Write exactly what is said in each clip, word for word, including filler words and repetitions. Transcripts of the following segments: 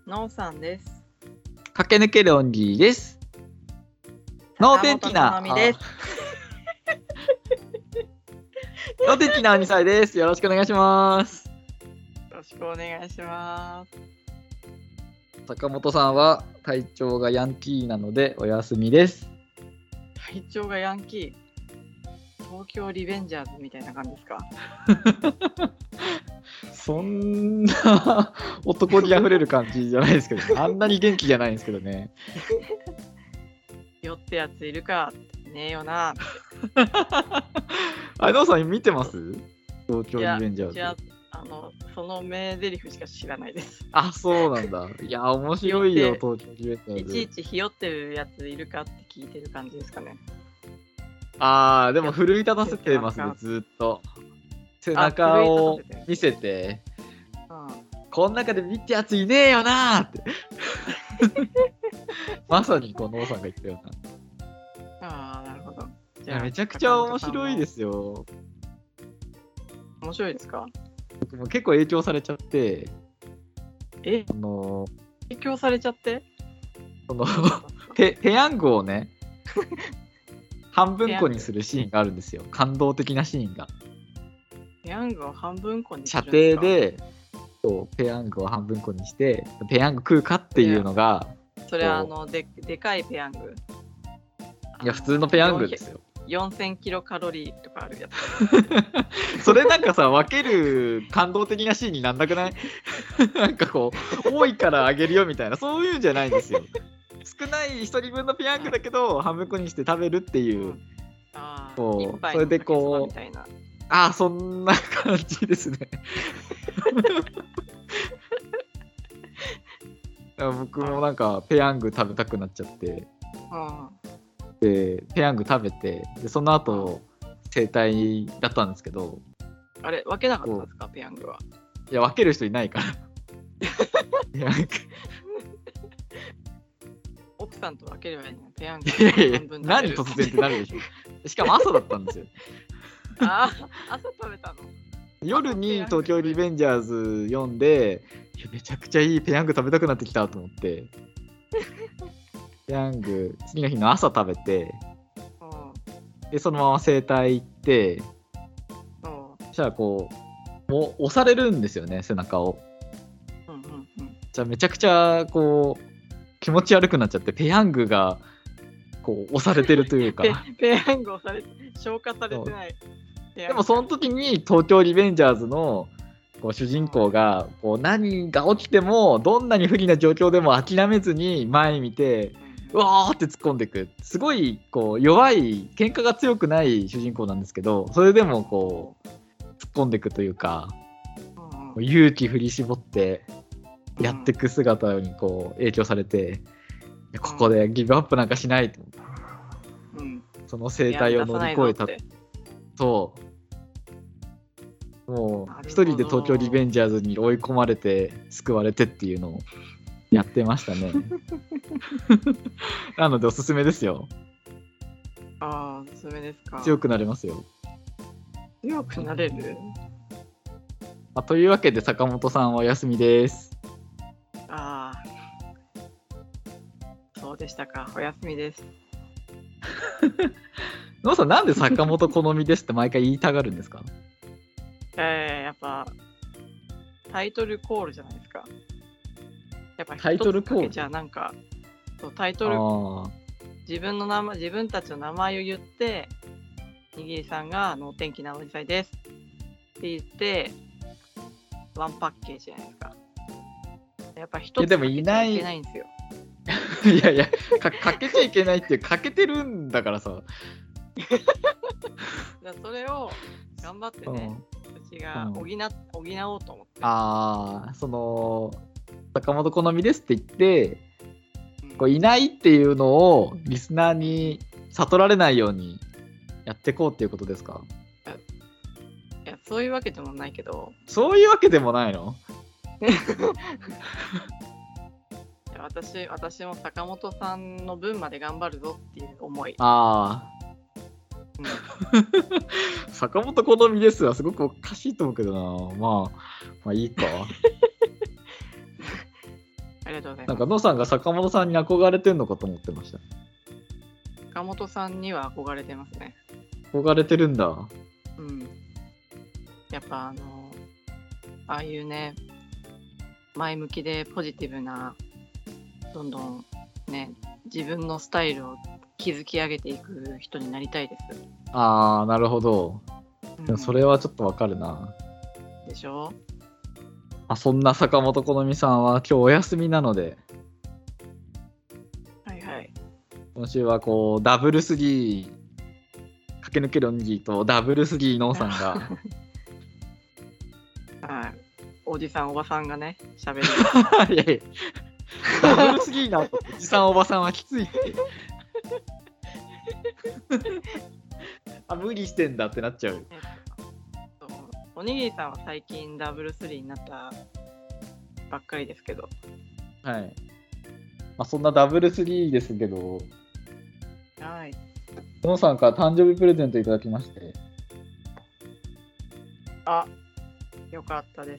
ノーさんです。 駆け抜けるオンリーです。能天気なです能天気なにさいです。よろしくお願いします。 よろしくお願いします。 坂本さんは体調がヤンキーなのでお休みです。 体調がヤンキー、東京リベンジャーズみたいな感じですか？ そんな男気あふれる感じじゃないですけど、あんなに元気じゃないんですけどね。 酔ってやついるかねえよな。 あれ、ノーさん見てます？東京リベンジャーズ。 いや、あのその名台詞しか知らないです。 あ、そうなんだ。いや、面白いよ、東京リベンジャーズ。 いちいちひよってるやついるかって聞いてる感じですかね。 あー、でも奮い立たせてますね、ずっと。背中を見せて、うん、この中で見てやついねえよなーってまさにこのノーさんが言ったような。ああ、なるほど。 じゃあめちゃくちゃ面白いですよ。 面白いですか？ 僕も結構影響されちゃって。 えあの影響されちゃってそのペ, ペヤングをね半分こにするシーンがあるんですよ。感動的なシーンが。 ペヤングを半分こにす射るんですか？ 程でそうペヤングを半分こにしてペヤング食うかっていうのが、 それはあの で, でかいペヤング。 いや普通のペヤングですよ。 よんせんキロカロリーとかあるやつそれなんかさ、分ける感動的なシーンになんなくない？なんかこう多いからあげるよみたいな、そういうんじゃないんですよ。少ないひとりぶんのペヤングだけど半分こにして食べるっていう、うん、 あこうそれでこうああそんな感じですね。僕もなんかペヤング食べたくなっちゃって、 あでペヤング食べて、でその後整体だったんですけど、 あれ分けなかったんですか？ペヤングは。 いや分ける人いないからペヤング奥さんと分ければいいの？ペヤングいやいや何突然ってなるでしょ。しかも朝だったんですよ。 あ朝食べたの？ 夜に東京リベンジャーズ読んで、いやめちゃくちゃいいペヤング食べたくなってきたと思ってペヤング次の日の朝食べて、でそのまま整体行って、そしたらこうもう押されるんですよね、背中を。 うんうんうん、 じゃあめちゃくちゃこう気持ち悪くなっちゃって、ペヤングがこう押されてるというかペ, ペヤング押されて消化されてない。 でもその時に東京リベンジャーズのこう主人公がこう何が起きてもどんなに不利な状況でも諦めずに前見て、うわーって突っ込んでいく、すごいこう弱い、喧嘩が強くない主人公なんですけど、それでもこう突っ込んでいくというか、勇気振り絞ってやっていく姿にこう影響されて、ここでギブアップなんかしないと、うん、その生態を乗り越えた。そうもう一人で東京リベンジャーズに追い込まれて救われてっていうのをやってましたね。なのでおすすめですよ。 ああ、おすすめですか。 強くなれますよ。 強くなれる、 まあ、というわけで坂本さんはお休みです。 ああ、そうでしたか。お休みです。 ノーさんなんで坂本好みですって毎回言いたがるんですか？ えー、やっぱタイトルコールじゃないですか。やっぱタイトルコールじゃなんかそうタイトル自分の名前自分たちの名前を言って、にぎりさんが能天気なおじさんですって言ってワンパッケージじゃないですか。やっぱ一つかけちゃいけないんですよ。 いやいや か, かけちゃいけないってかけてるんだからさそれを頑張ってね、うちが補、うん、補おうと思って。 ああ、その坂本好みですって言って、うん、こういないっていうのをリスナーに悟られないようにやっていこうっていうことですか？ いや、そういうわけでもないけど。 そういうわけでもないの？ いや私私も坂本さんの分まで頑張るぞっていう思い。 ああ。うん、坂本好みですはすごくおかしいと思うけどな。まあまあいいか。 ありがとうございます。 なんかノさんが坂本さんに憧れてんのかと思ってました。 坂本さんには憧れてますね。 憧れてるんだ。 うん。やっぱあのああいうね、前向きでポジティブな、どんどんね、自分のスタイルを築き上げていく人になりたいです。 あー、なるほど。でもそれはちょっとわかるな。 うん、でしょ。 あ、そんな坂本好美さんは今日お休みなので、 はいはい。 今週はこうダブルスリー駆け抜けるおにぎりとダブルスリーノーさんがはい、おじさんおばさんがね喋るいやいやダブルスリーの後おじさんおばさんはきついってあ、無理してんだってなっちゃう。 おにぎりさんは最近ダブルスリーになったばっかりですけど、 はい。まあ、そんなダブルスリーですけど、 はい。 ノーさんから誕生日プレゼントいただきまして。 あ、よかったです。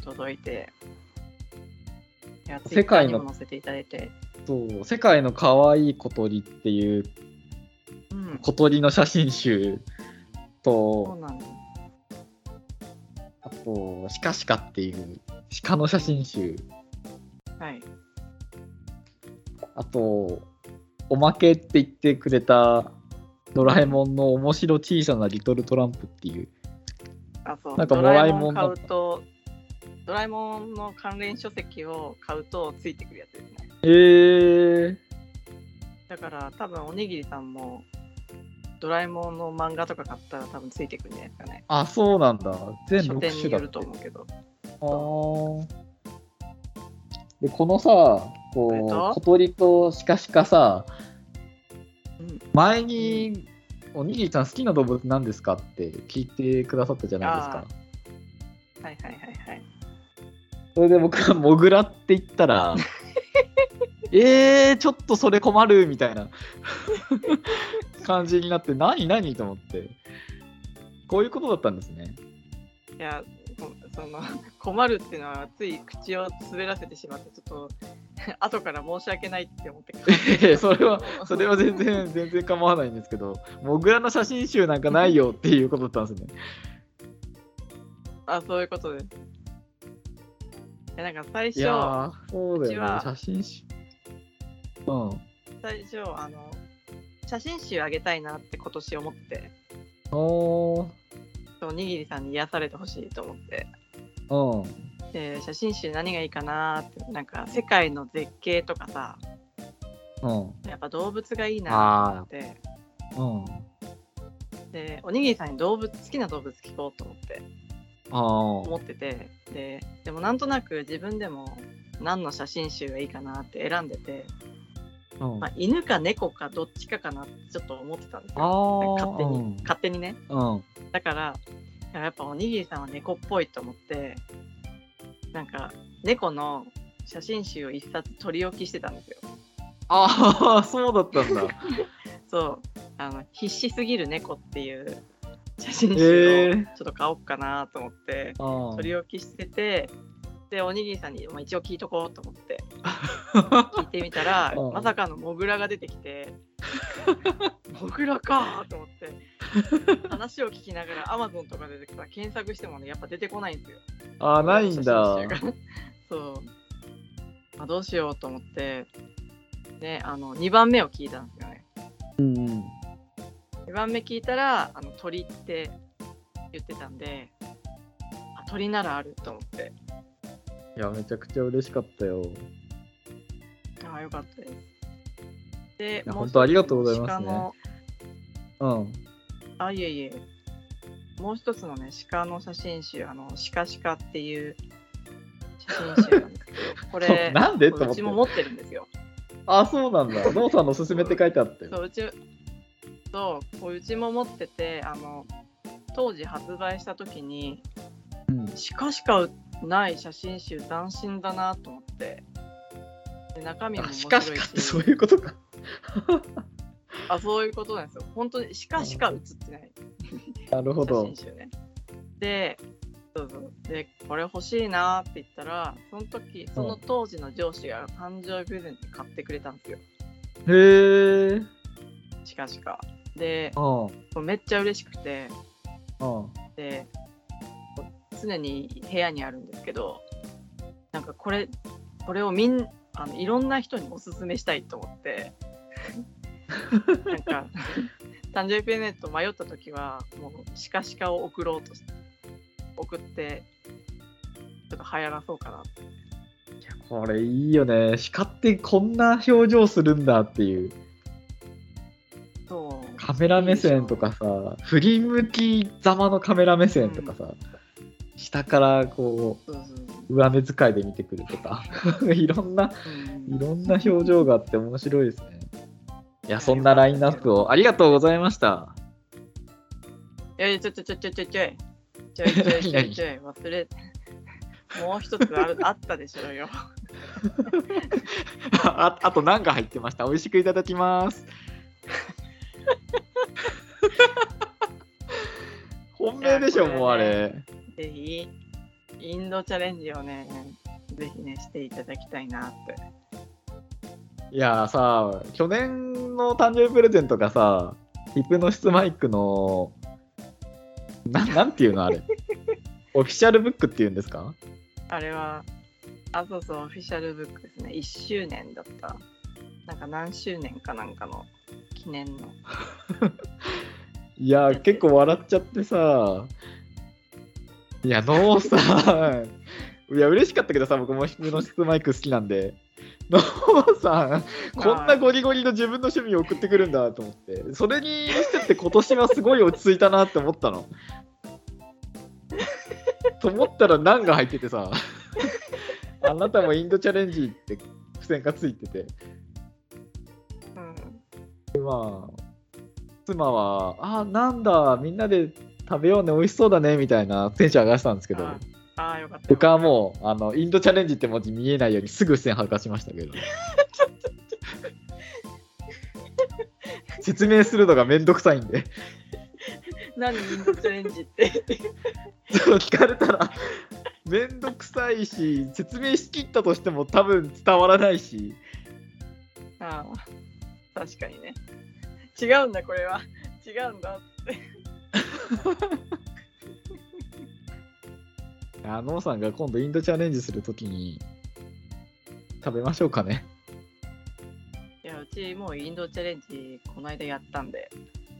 届いて。いや、 世界のツイッターにも載せていただいて。 そう、世界の可愛い小鳥っていう、うん、小鳥の写真集と、 そうなんだ。 あと、シカシカっていう鹿の写真集。 はい。 あと、おまけって言ってくれたドラえもんの面白小さなリトルトランプっていう。 あ、そう。 なんかもらいもん買うと、ドラえもんの関連書籍を買うとついてくるやつですね。 へえー。 だから多分おにぎりさんもドラえもんの漫画とか買ったら多分ついてくるんじゃないですかね。 あ、そうなんだ。全書ろく種だって。 店によると思うけど。 あで、このさ、こう小鳥とシカシカさ、うん、前に、うん、おにぎりさん好きな動物何ですかって聞いてくださったじゃないですか。 はいはいはいはい。 それで僕はモグラって言ったらえー、ちょっとそれ困るみたいな感じになって、何何と思って、こういうことだったんですね。 いや、その困るっていうのはつい口を滑らせてしまって、ちょっと後から申し訳ないって思ってえそれはそれは全然全然構わないんですけど、モグラの写真集なんかないよっていうことだったんですね。 あ、そういうことです。なんか最初、 いやそうだよね、写真集。うん。 最初あの写真集あげたいなって今年思って。 おー。 おにぎりさんに癒されてほしいと思って。 うん。 で、写真集何がいいかなって、なんか世界の絶景とかさ、 うん。 やっぱ動物がいいなと思って。 うん。 で、おにぎりさんに動物、好きな動物聞こうと思って。 あ思ってて、で、でもなんとなく自分でも何の写真集がいいかなって選んでて、うんまあ、犬か猫かどっちかかなってちょっと思ってたんですよ。勝手に、うん、勝手にね、うん、だからやっぱおにぎりさんは猫っぽいと思って、なんか猫の写真集を一冊取り置きしてたんですよ。 ああ、そうだったんだ。 そう、あの必死すぎる猫っていう写真集をちょっと買おうかなと思って取り置きしてて、でおにぎりさんに一応聞いとこうと思って聞いてみたらまさかのモグラが出てきてモグラかと思って話を聞きながら Amazon とかで検索してもねやっぱ出てこないんですよ。 あーないんだ。 そう、まあ、どうしようと思ってね、あのにばんめを聞いたんですよね。うん、にばんめ聞いたらあの鳥って言ってたんで、あ鳥ならあると思って。 いやめちゃくちゃ嬉しかったよ。 ああよかったです。で本当ありがとうございますね。うん。 あいえいえ。もう一つのね鹿の写真集、あの鹿鹿っていう写真集なんですけど、これなんでと思って。 うちも持ってるんですよ。 あ、そうなんだ。ノーさんのおすすめって書いてあったよ。 そううちそううちも持ってて、あの当時発売した時に、うん、鹿しかない写真集斬新だなと思って、で中身も面白いし。 鹿しかってそういうことか。 あ、そういうことなんですよ。本当に鹿しか写ってない。 なるほど。 写真集ね。で、 そうそうでこれ欲しいなって言ったら、その時その当時の上司が誕生日プレゼント買ってくれたんですよ。 へえ。 近々で、 うんめっちゃ嬉しくて、 うんで常に部屋にあるんですけど、なんかこれこれをみんあのいろんな人におすすめしたいと思ってなんか誕生日プレゼント迷った時はもうシカシカを送ろうとして送ってちょっと流行らそうかなって。 いやこれいいよね。鹿ってこんな表情するんだっていう。 そうカメラ目線とかさ、振り向きざまのカメラ目線とかさ、うん、下からこう、そうそう上目遣いで見てくるとかいろんな、うん、いろんな表情があって面白いですね。いや、そんなラインナップをありがとうございました。 いやいや、ちょちょちょちょちょちょいちょいちょいちょいちょいちょい忘れもう一つあるあったでしょうよあ, あと何が入ってました？美味しくいただきます本命でしょ、ね、もうあれ。 ぜひインドチャレンジをね、ぜひねしていただきたいなって。 いやさ、去年の誕生日プレゼントがさ、ヒプノシスマイクのななんていうのあれオフィシャルブックっていうんですか？ あれはあ、そうそう、オフィシャルブックですね。いっしゅうねんだった。なんか何周年かなんかの記念のいや結構笑っちゃってさ、いやノーさんいや嬉しかったけどさ、僕もヒプノシスマイク好きなんで、ノーさんこんなゴリゴリの自分の趣味を送ってくるんだと思って、それにしてって今年はすごい落ち着いたなって思ったのと思ったら何が入っててさあなたもインドチャレンジって付箋がついてて、うん、まあ妻はあなんだみんなで食べようね美味しそうだねみたいなテンション上がってたんですけど、 ああよかった。 僕はもうあのインドチャレンジって文字見えないようにすぐ付箋剥がしましたけど説明するのがめんどくさいんで何インドチャレンジってそう聞かれたらめんどくさいし、説明しきったとしても多分伝わらないし。 ああ確かにね。違うんだこれは違うんだってあのさんが今度インドチャレンジするときに食べましょうかね。 いやうちもうインドチャレンジこの間やったんで。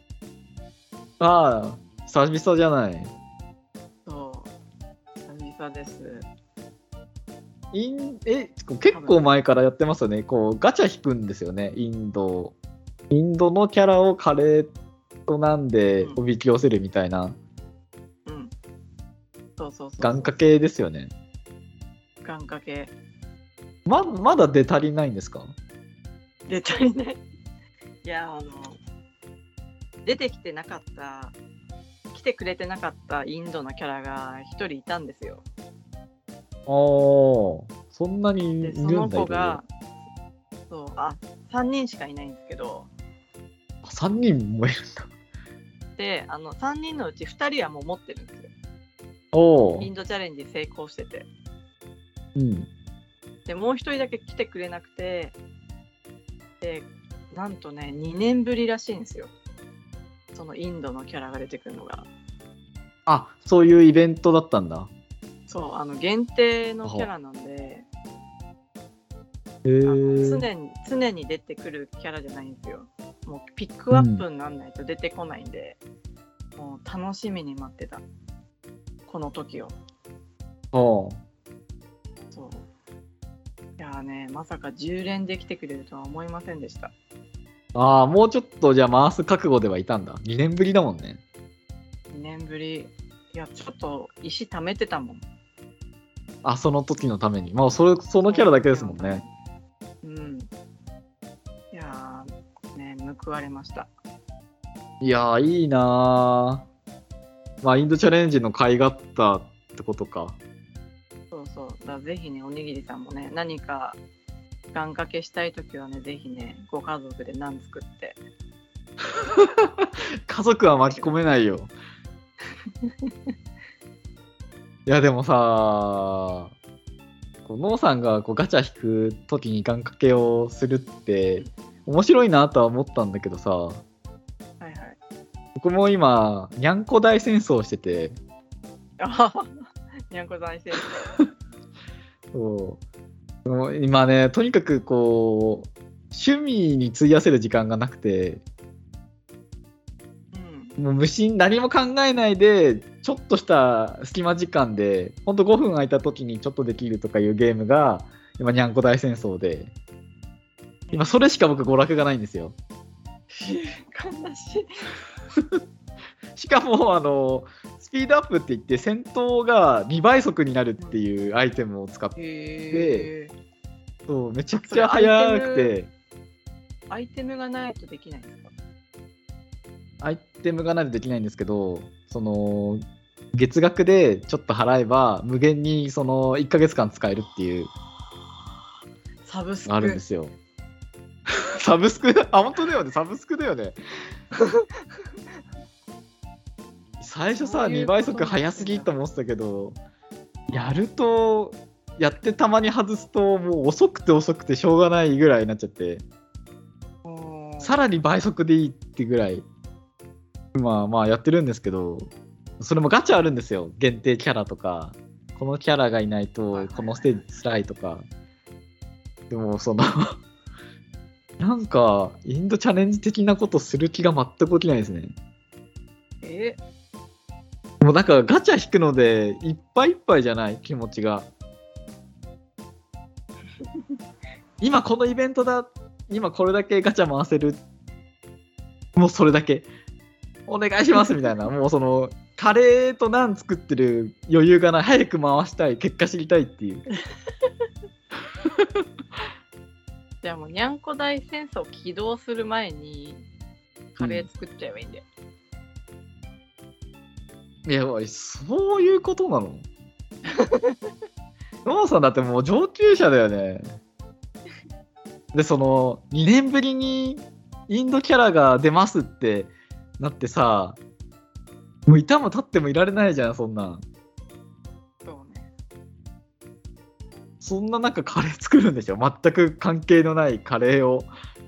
ああ久々じゃない。 そう久々です。 インえ結構前からやってますよね。こうガチャ引くんですよね。インドインドのキャラをカレーとなんでおびき寄せるみたいな、 うん、うん、そうそうそうそう願掛けですよね。 願掛けま, まだ出足りないんですか？ 出足りないいやあの出てきてなかった来てくれてなかったインドのキャラが一人いたんですよ。 ああそんなにいるんだ。 その子がそうあさんにんしかいないんですけど、 さんにんもいるんだ。 であのさんにんのうちふたりはもう持ってるんですよ。 おインドチャレンジ成功してて、 うん、 でもうひとりだけ来てくれなくて、でなんとねにねんぶりらしいんですよ、そのインドのキャラが出てくるのが。 あそういうイベントだったんだ。 そうあの限定のキャラなんで、 へー常に常に出てくるキャラじゃないんですよ。もうピックアップにならないと出てこないんで、うん、もう楽しみに待ってたこの時を。 おそういやーねまさかじゅう連で来てくれるとは思いませんでした。 ああもうちょっとじゃあ回す覚悟ではいたんだ。にねんぶりだもんね。 にねんぶり。いやちょっと石貯めてたもん。 あその時のために。まあそれそのキャラだけですもんね。 うん。いやーね報われました。 いやーいいなー。まあインドチャレンジの甲斐があったってことか。 そうそうだからぜひねおにぎりさんもね何か願掛けしたいときはねぜひねご家族でナン作って家族は巻き込めないよいやでもさ、こうノーさんがこうガチャ引く時に願掛けをするって面白いなとは思ったんだけどさ、 はいはい。 僕も今にゃんこ大戦争してて、 あははにゃんこ大戦争。 そうもう今ね、とにかくこう趣味に費やせる時間がなくて、 うん。 もう無心何も考えないでちょっとした隙間時間でほんとごふん空いた時にちょっとできるとかいうゲームが今にゃんこ大戦争で、今それしか僕娯楽がないんですよ。 悲しい。 しかもあのスピードアップって言って戦闘がにばい速になるっていうアイテムを使って、 へー。 そうめちゃくちゃ速くて、 アイテムがないとできないんですか？ アイテムがないとできないんですけど、その月額でちょっと払えば無限にそのいっかげつかん使えるっていうサブスクあるんですよ。サブスクあ、本当だよね、サブスクだよね。最初さ、 そういうにばい速速すぎと思ってたけど、やると、やってたまに外すと、もう遅くて遅くてしょうがないぐらいになっちゃって、さらに倍速でいいってぐらい、まあまあやってるんですけど、それもガチャあるんですよ。限定キャラとか、このキャラがいないと、このステージ辛いとか。でも、その、なんか、インドチャレンジ的なことする気が全く起きないですね。 えもうなんかガチャ引くのでいっぱいいっぱいじゃない、気持ちが。今このイベントだ、今これだけガチャ回せる、もうそれだけお願いしますみたいな。もうそのカレーとナン作ってる余裕がない、早く回したい、結果知りたいっていう。 じゃあもうにゃんこ大戦争起動する前にカレー作っちゃえばいいんだよ。 いや、おい、そういうことなの？ノーさんだってもう上級者だよね。で、そのにねんぶりにインドキャラが出ますってなってさ、もういたも立ってもいられないじゃん、そんなん。 そうね。 そんな中カレー作るんでしょ？全く関係のないカレーを。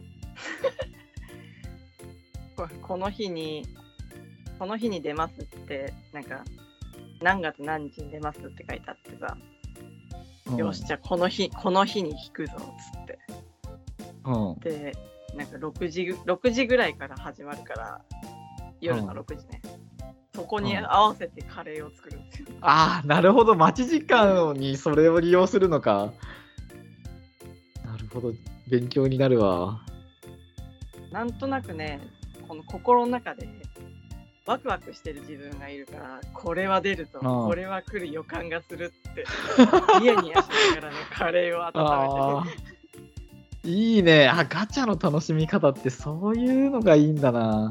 ここの日にこの日に出ますってなんか何月何日に出ますって書いてあってさ、 うん、 よしじゃあこの日この日に引くぞっつって、 うん、 でなんかろくじろくじぐらいから始まるから夜のろくじね、うん、そこに合わせてカレーを作るんですよ。 うん、ああ、なるほど、待ち時間にそれを利用するのか。なるほど、勉強になるわ。 なんとなくね、この心の中でワクワクしてる自分がいるから、これは出ると、 うん、 これは来る予感がするってニヤニヤしながらねカレーを温めていいね。あ、ガチャの楽しみ方ってそういうのがいいんだな。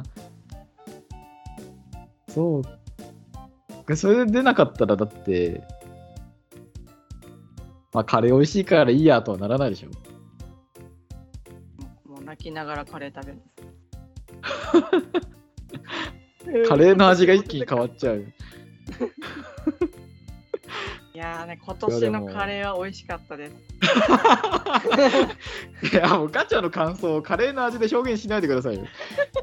そうそれで出なかったらだってまあカレー美味しいからいいやとはならないでしょ。 もう泣きながらカレー食べるんですカレーの味が一気に変わっちゃう。 いやーね、今年のカレーは美味しかったです。 いや、もうガチャの感想をカレーの味で表現しないでくださいよ。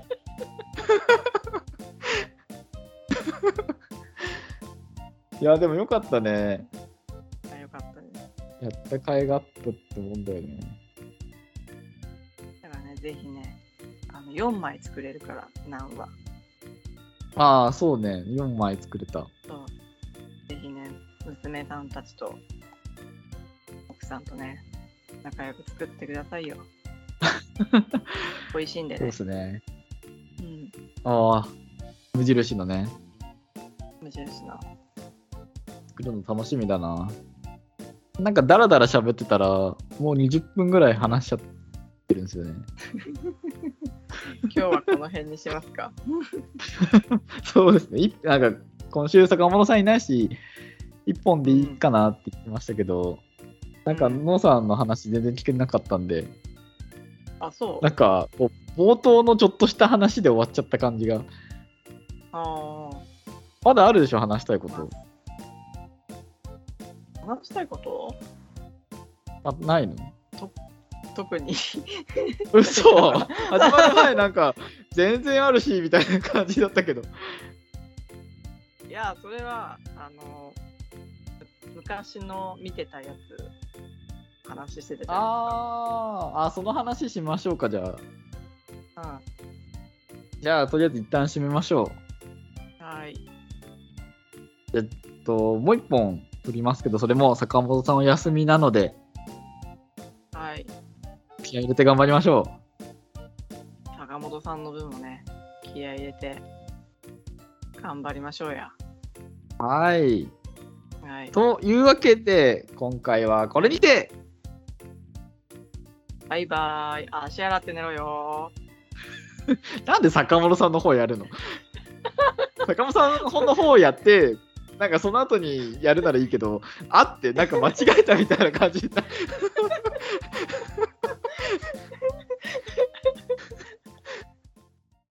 いや、でもよかったね。 よかったです。 やった甲斐があったってもんだよね。 だからね、ぜひね、あのよんまい作れるから、なんは。 ああ、そうね、よんまい作れた。 そうぜひね、娘さんたちと奥さんとね、仲良く作ってくださいよ。美味しいんでね。 そうですね。 うん。 ああ、無印のね。 無印の。 作るの楽しみだな。なんかダラダラ喋ってたら、もうにじゅっぷんぐらい話しちゃってるんですよね。 今日はこの辺にしますか。 そうですね。いなんか今週坂本さんいないし、いっぽんでいいかなって言ってましたけど、うん、なんかノーさんの話全然聞けなかったんで、 あ、そう。 なんかこう冒頭のちょっとした話で終わっちゃった感じが。 ああ。 まだあるでしょ、話したいこと。 話したいことあ、ないの？ 特に嘘始まる前なんか全然あるしみたいな感じだったけど。 いや、それはあの昔の見てたやつ話してたじゃないあーあ、その話しましょうか。じゃあですか。 じゃあとりあえず一旦締めましょうん、はい。 う。えっともう一本撮りますけど、それも坂本さんお休みなのではい。 気合い入れて頑張りましょ坂本さんの分もね、気合い入れて頑張りましょうや。 う。はい。 はい。 というわけで今回はこれにて。 バイバイ。足洗って寝ろよ。 なんで坂本さんの方やるの？坂本さんの方やってなんかその後にやるならいいけど、あってなんか間違えたみたいな感じだ。